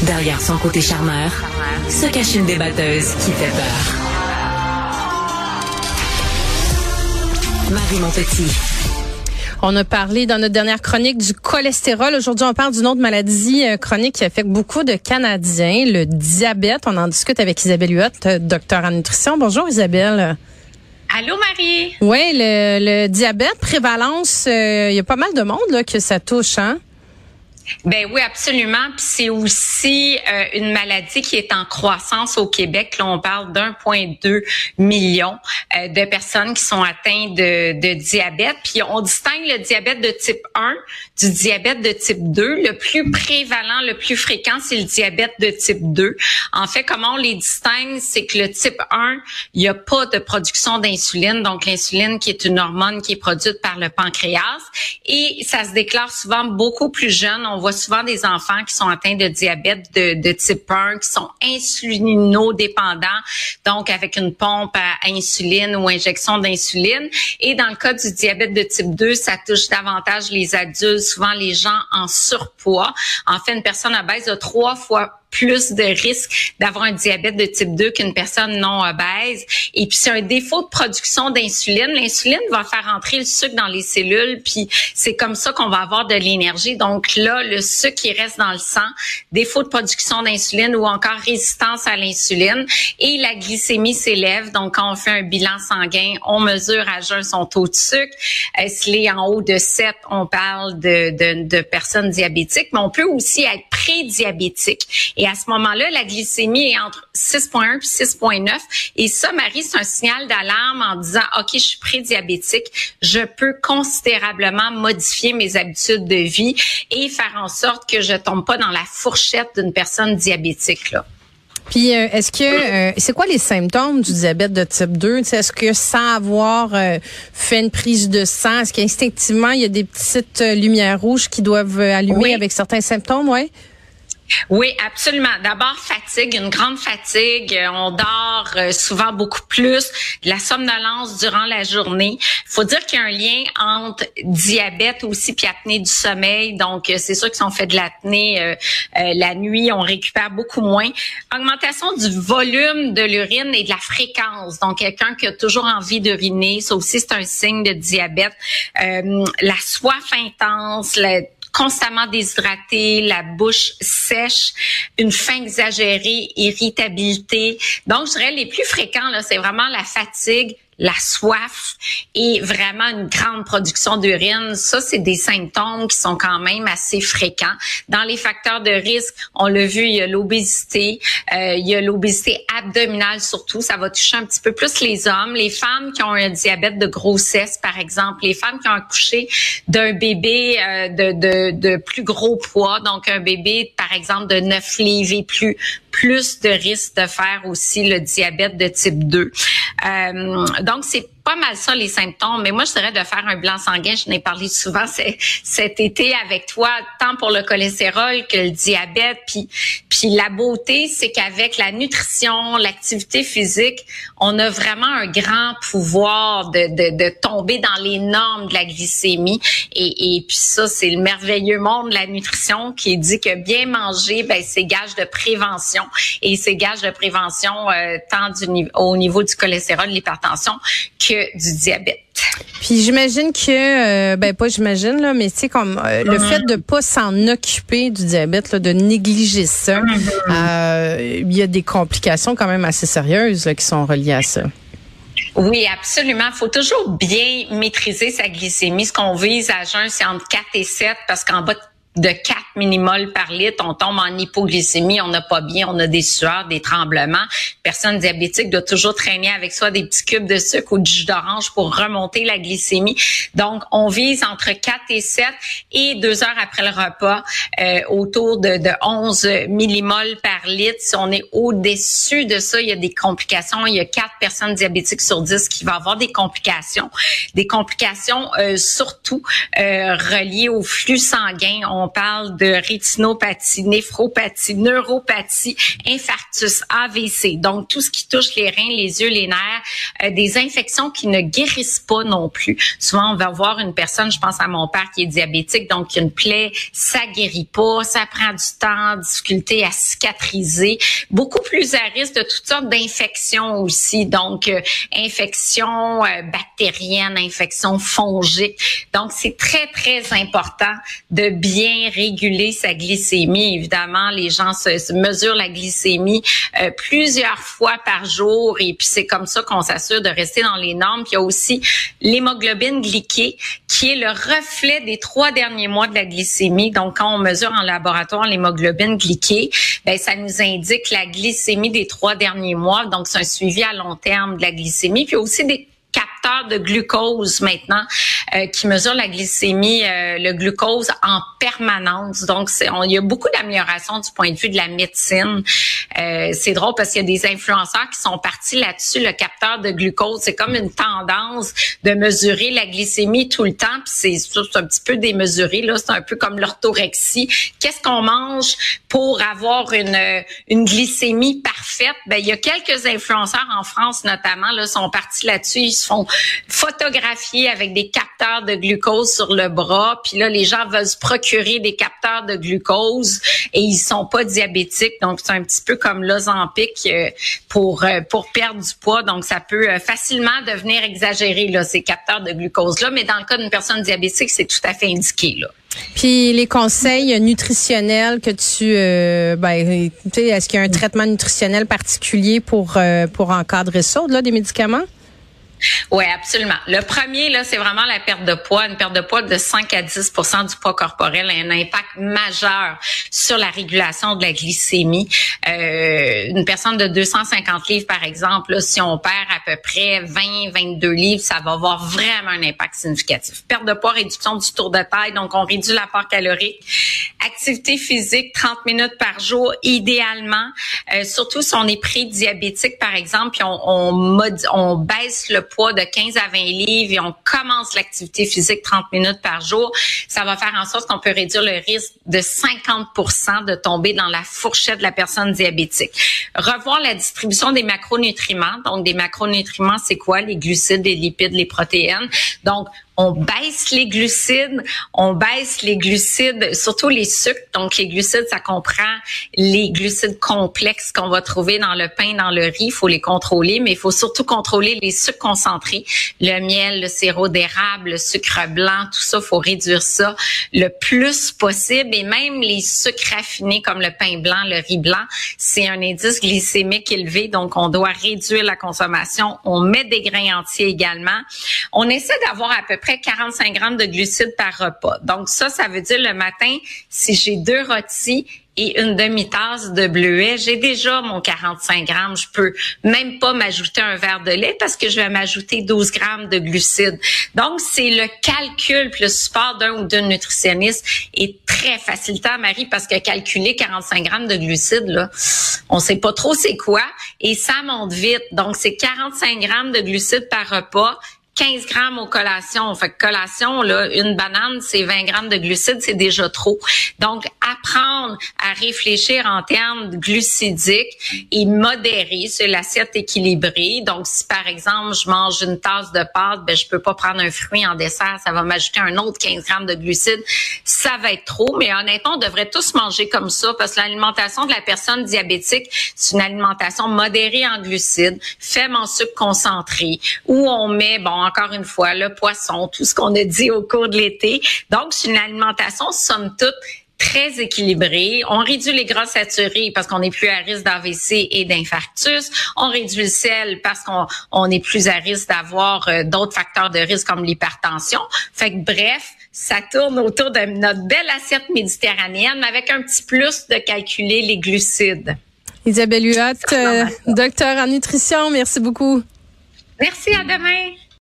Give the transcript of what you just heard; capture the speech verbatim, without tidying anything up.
Derrière son côté charmeur, se cache une débatteuse qui fait peur. Marie Montpetit. On a parlé dans notre dernière chronique du cholestérol. Aujourd'hui, on parle d'une autre maladie chronique qui affecte beaucoup de Canadiens, le diabète. On en discute avec Isabelle Huot, docteure en nutrition. Bonjour Isabelle. Allô Marie. Oui, le, le diabète, prévalence, il euh, y a pas mal de monde là, que ça touche, hein? Ben oui, absolument. Puis c'est aussi euh, une maladie qui est en croissance au Québec. Là, on parle d'un virgule deux million euh, de personnes qui sont atteintes de, de diabète. Puis on distingue le diabète de type un du diabète de type deux. Le plus prévalent, le plus fréquent, c'est le diabète de type deux. En fait, comment on les distingue, c'est que le type un, il n'y a pas de production d'insuline. Donc l'insuline qui est une hormone qui est produite par le pancréas. Et ça se déclare souvent beaucoup plus jeune. On voit souvent des enfants qui sont atteints de diabète de, de type un, qui sont insulinodépendants, donc avec une pompe à insuline ou injection d'insuline. Et dans le cas du diabète de type deux, ça touche davantage les adultes, souvent les gens en surpoids. En fait, une personne obèse a trois fois plus de risque d'avoir un diabète de type deux qu'une personne non obèse. Et puis, c'est un défaut de production d'insuline. L'insuline va faire entrer le sucre dans les cellules, puis c'est comme ça qu'on va avoir de l'énergie. Donc là, le sucre qui reste dans le sang, défaut de production d'insuline ou encore résistance à l'insuline. Et la glycémie s'élève. Donc, quand on fait un bilan sanguin, on mesure à jeun son taux de sucre. Euh, S'il est en haut de sept, on parle de, de, de personnes diabétiques, mais on peut aussi être prédiabétique. Et à ce moment-là, la glycémie est entre six virgule un puis six virgule neuf. Et ça, Marie, c'est un signal d'alarme en disant, OK, je suis prédiabétique. Je peux considérablement modifier mes habitudes de vie et faire en sorte que je tombe pas dans la fourchette d'une personne diabétique, là. Puis, euh, est-ce que, euh, c'est quoi les symptômes du diabète de type deux? T'sais, est-ce que sans avoir euh, fait une prise de sang, est-ce qu'instinctivement, il y a des petites euh, lumières rouges qui doivent allumer oui. avec certains symptômes, ouais? Oui, absolument. D'abord, fatigue, une grande fatigue. On dort souvent beaucoup plus, de la somnolence durant la journée. Il faut dire qu'il y a un lien entre diabète aussi puis apnée du sommeil. Donc, c'est sûr que si on fait de l'apnée euh, euh, la nuit, on récupère beaucoup moins. Augmentation du volume de l'urine et de la fréquence. Donc, quelqu'un qui a toujours envie d'uriner, ça aussi, c'est un signe de diabète. Euh, la soif intense, la constamment déshydraté, la bouche sèche, une faim exagérée, irritabilité. Donc, je dirais les plus fréquents, là, c'est vraiment la fatigue, la soif et vraiment une grande production d'urine. Ça, c'est des symptômes qui sont quand même assez fréquents. Dans les facteurs de risque, on l'a vu, il y a l'obésité, euh, il y a l'obésité abdominale surtout. Ça va toucher un petit peu plus les hommes. Les femmes qui ont un diabète de grossesse, par exemple. Les femmes qui ont accouché d'un bébé euh, de, de, de plus gros poids. Donc, un bébé, par exemple, de neuf livres et plus, plus de risque de faire aussi le diabète de type deux. Euh, donc, c'est pas mal ça, les symptômes. Mais moi, je dirais de faire un bilan sanguin. Je n'ai parlé souvent cet été avec toi, tant pour le cholestérol que le diabète. Puis, puis la beauté, c'est qu'avec la nutrition, l'activité physique, on a vraiment un grand pouvoir de, de, de tomber dans les normes de la glycémie. Et, et puis ça, c'est le merveilleux monde de la nutrition qui dit que bien manger, ben c'est gage de prévention. Et c'est gage de prévention euh, tant du, au niveau du cholestérol, de l'hypertension, que du diabète. Puis j'imagine que, euh, ben pas j'imagine, là, mais tu sais, comme euh, mm-hmm. le fait de pas s'en occuper du diabète, là, de négliger ça, mm-hmm. euh, il y a des complications quand même assez sérieuses là, qui sont reliées à ça. Oui, absolument. Il faut toujours bien maîtriser sa glycémie. Ce qu'on vise à jeun, c'est entre quatre et sept, parce qu'en bas de de quatre millimoles par litre, on tombe en hypoglycémie, on n'a pas bien, on a des sueurs, des tremblements. Personne diabétique doit toujours traîner avec soi des petits cubes de sucre ou du jus d'orange pour remonter la glycémie. Donc, on vise entre quatre et sept et deux heures après le repas, euh, autour de, de onze millimoles par litre. Si on est au-dessus de ça, il y a des complications. Il y a quatre personnes diabétiques sur dix qui vont avoir des complications. Des complications euh, surtout euh, reliées au flux sanguin. On on parle de rétinopathie, néphropathie, neuropathie, infarctus, A V C. Donc, tout ce qui touche les reins, les yeux, les nerfs, euh, des infections qui ne guérissent pas non plus. Souvent, on va voir une personne, je pense à mon père qui est diabétique, donc il y a une plaie, ça guérit pas, ça prend du temps, difficulté à cicatriser. Beaucoup plus à risque de toutes sortes d'infections aussi. Donc, euh, infections euh, bactériennes, infections fongiques. Donc, c'est très, très important de bien réguler sa glycémie. Évidemment, les gens se, se mesurent la glycémie euh, plusieurs fois par jour et puis c'est comme ça qu'on s'assure de rester dans les normes. Puis il y a aussi l'hémoglobine glyquée qui est le reflet des trois derniers mois de la glycémie. Donc, quand on mesure en laboratoire l'hémoglobine glyquée, ben ça nous indique la glycémie des trois derniers mois. Donc, c'est un suivi à long terme de la glycémie. Puis il y a aussi des capteurs de glucose maintenant euh, qui mesurent la glycémie, euh, le glucose en permanence. Donc, c'est, on, il y a beaucoup d'améliorations du point de vue de la médecine. Euh, c'est drôle parce qu'il y a des influenceurs qui sont partis là-dessus. Le capteur de glucose, c'est comme une tendance de mesurer la glycémie tout le temps. Puis c'est, c'est un petit peu démesuré. Là, c'est un peu comme l'orthorexie. Qu'est-ce qu'on mange pour avoir une une glycémie parfaite? Ben, il y a quelques influenceurs en France notamment là sont partis là-dessus. Ils se font photographier avec des capteurs de glucose sur le bras. Puis là, les gens veulent se procurer des capteurs de glucose et ils sont pas diabétiques. Donc, c'est un petit peu comme l'Ozempic euh, pour euh, pour perdre du poids. Donc, ça peut euh, facilement devenir exagéré, là, ces capteurs de glucose-là. Mais dans le cas d'une personne diabétique, c'est tout à fait indiqué, là. Puis les conseils nutritionnels que tu, euh, ben, tu sais, est-ce qu'il y a un traitement nutritionnel particulier pour euh, pour encadrer ça, au-delà des médicaments? Oui, absolument. Le premier, là, c'est vraiment la perte de poids. Une perte de poids de cinq à dix pour cent du poids corporel a un impact majeur sur la régulation de la glycémie. Euh, une personne de deux cent cinquante livres, par exemple, là, si on perd à peu près vingt, vingt-deux livres, ça va avoir vraiment un impact significatif. Perte de poids, réduction du tour de taille, donc on réduit l'apport calorique. Activité physique, trente minutes par jour, idéalement. Euh, surtout si on est pré-diabétique, par exemple, puis on, on, mod- on baisse le poids de quinze à vingt livres et on commence l'activité physique trente minutes par jour, ça va faire en sorte qu'on peut réduire le risque de cinquante pour cent de tomber dans la fourchette de la personne diabétique. Revoir la distribution des macronutriments. Donc, des macronutriments, c'est quoi? Les glucides, les lipides, les protéines. Donc, on baisse les glucides, on baisse les glucides, surtout les sucres. Donc, les glucides, ça comprend les glucides complexes qu'on va trouver dans le pain, dans le riz. Il faut les contrôler, mais il faut surtout contrôler les sucres concentrés. Le miel, le sirop d'érable, le sucre blanc, tout ça, il faut réduire ça le plus possible. Et même les sucres raffinés comme le pain blanc, le riz blanc, c'est un indice glycémique élevé. Donc, on doit réduire la consommation. On met des grains entiers également. On essaie d'avoir à peu près quarante-cinq grammes de glucides par repas. Donc ça, ça veut dire le matin, si j'ai deux rôtis et une demi-tasse de bleuet, j'ai déjà mon quarante-cinq grammes. Je peux même pas m'ajouter un verre de lait parce que je vais m'ajouter douze grammes de glucides. Donc, c'est le calcul puis le support d'un ou d'une nutritionniste est très facilitant, Marie, parce que calculer quarante-cinq grammes de glucides, là, on sait pas trop c'est quoi et ça monte vite. Donc, c'est quarante-cinq grammes de glucides par repas, quinze grammes aux collations. Fait que collation, là, une banane, c'est vingt grammes de glucides, c'est déjà trop. Donc, apprendre à réfléchir en termes glucidiques et modérer sur l'assiette équilibrée. Donc, si par exemple, je mange une tasse de pâte, ben, je peux pas prendre un fruit en dessert, ça va m'ajouter un autre quinze grammes de glucides. Ça va être trop, mais honnêtement, on devrait tous manger comme ça parce que l'alimentation de la personne diabétique, c'est une alimentation modérée en glucides, faible en sucre concentré, où on met, bon, encore une fois, le poisson, tout ce qu'on a dit au cours de l'été. Donc, c'est une alimentation, somme toute, très équilibrée. On réduit les gras saturés parce qu'on est plus à risque d'A V C et d'infarctus. On réduit le sel parce qu'on on est plus à risque d'avoir euh, d'autres facteurs de risque comme l'hypertension. Fait que bref, ça tourne autour de notre belle assiette méditerranéenne, mais avec un petit plus de calculer les glucides. Isabelle Huot, euh, docteur en nutrition, merci beaucoup. Merci, à demain.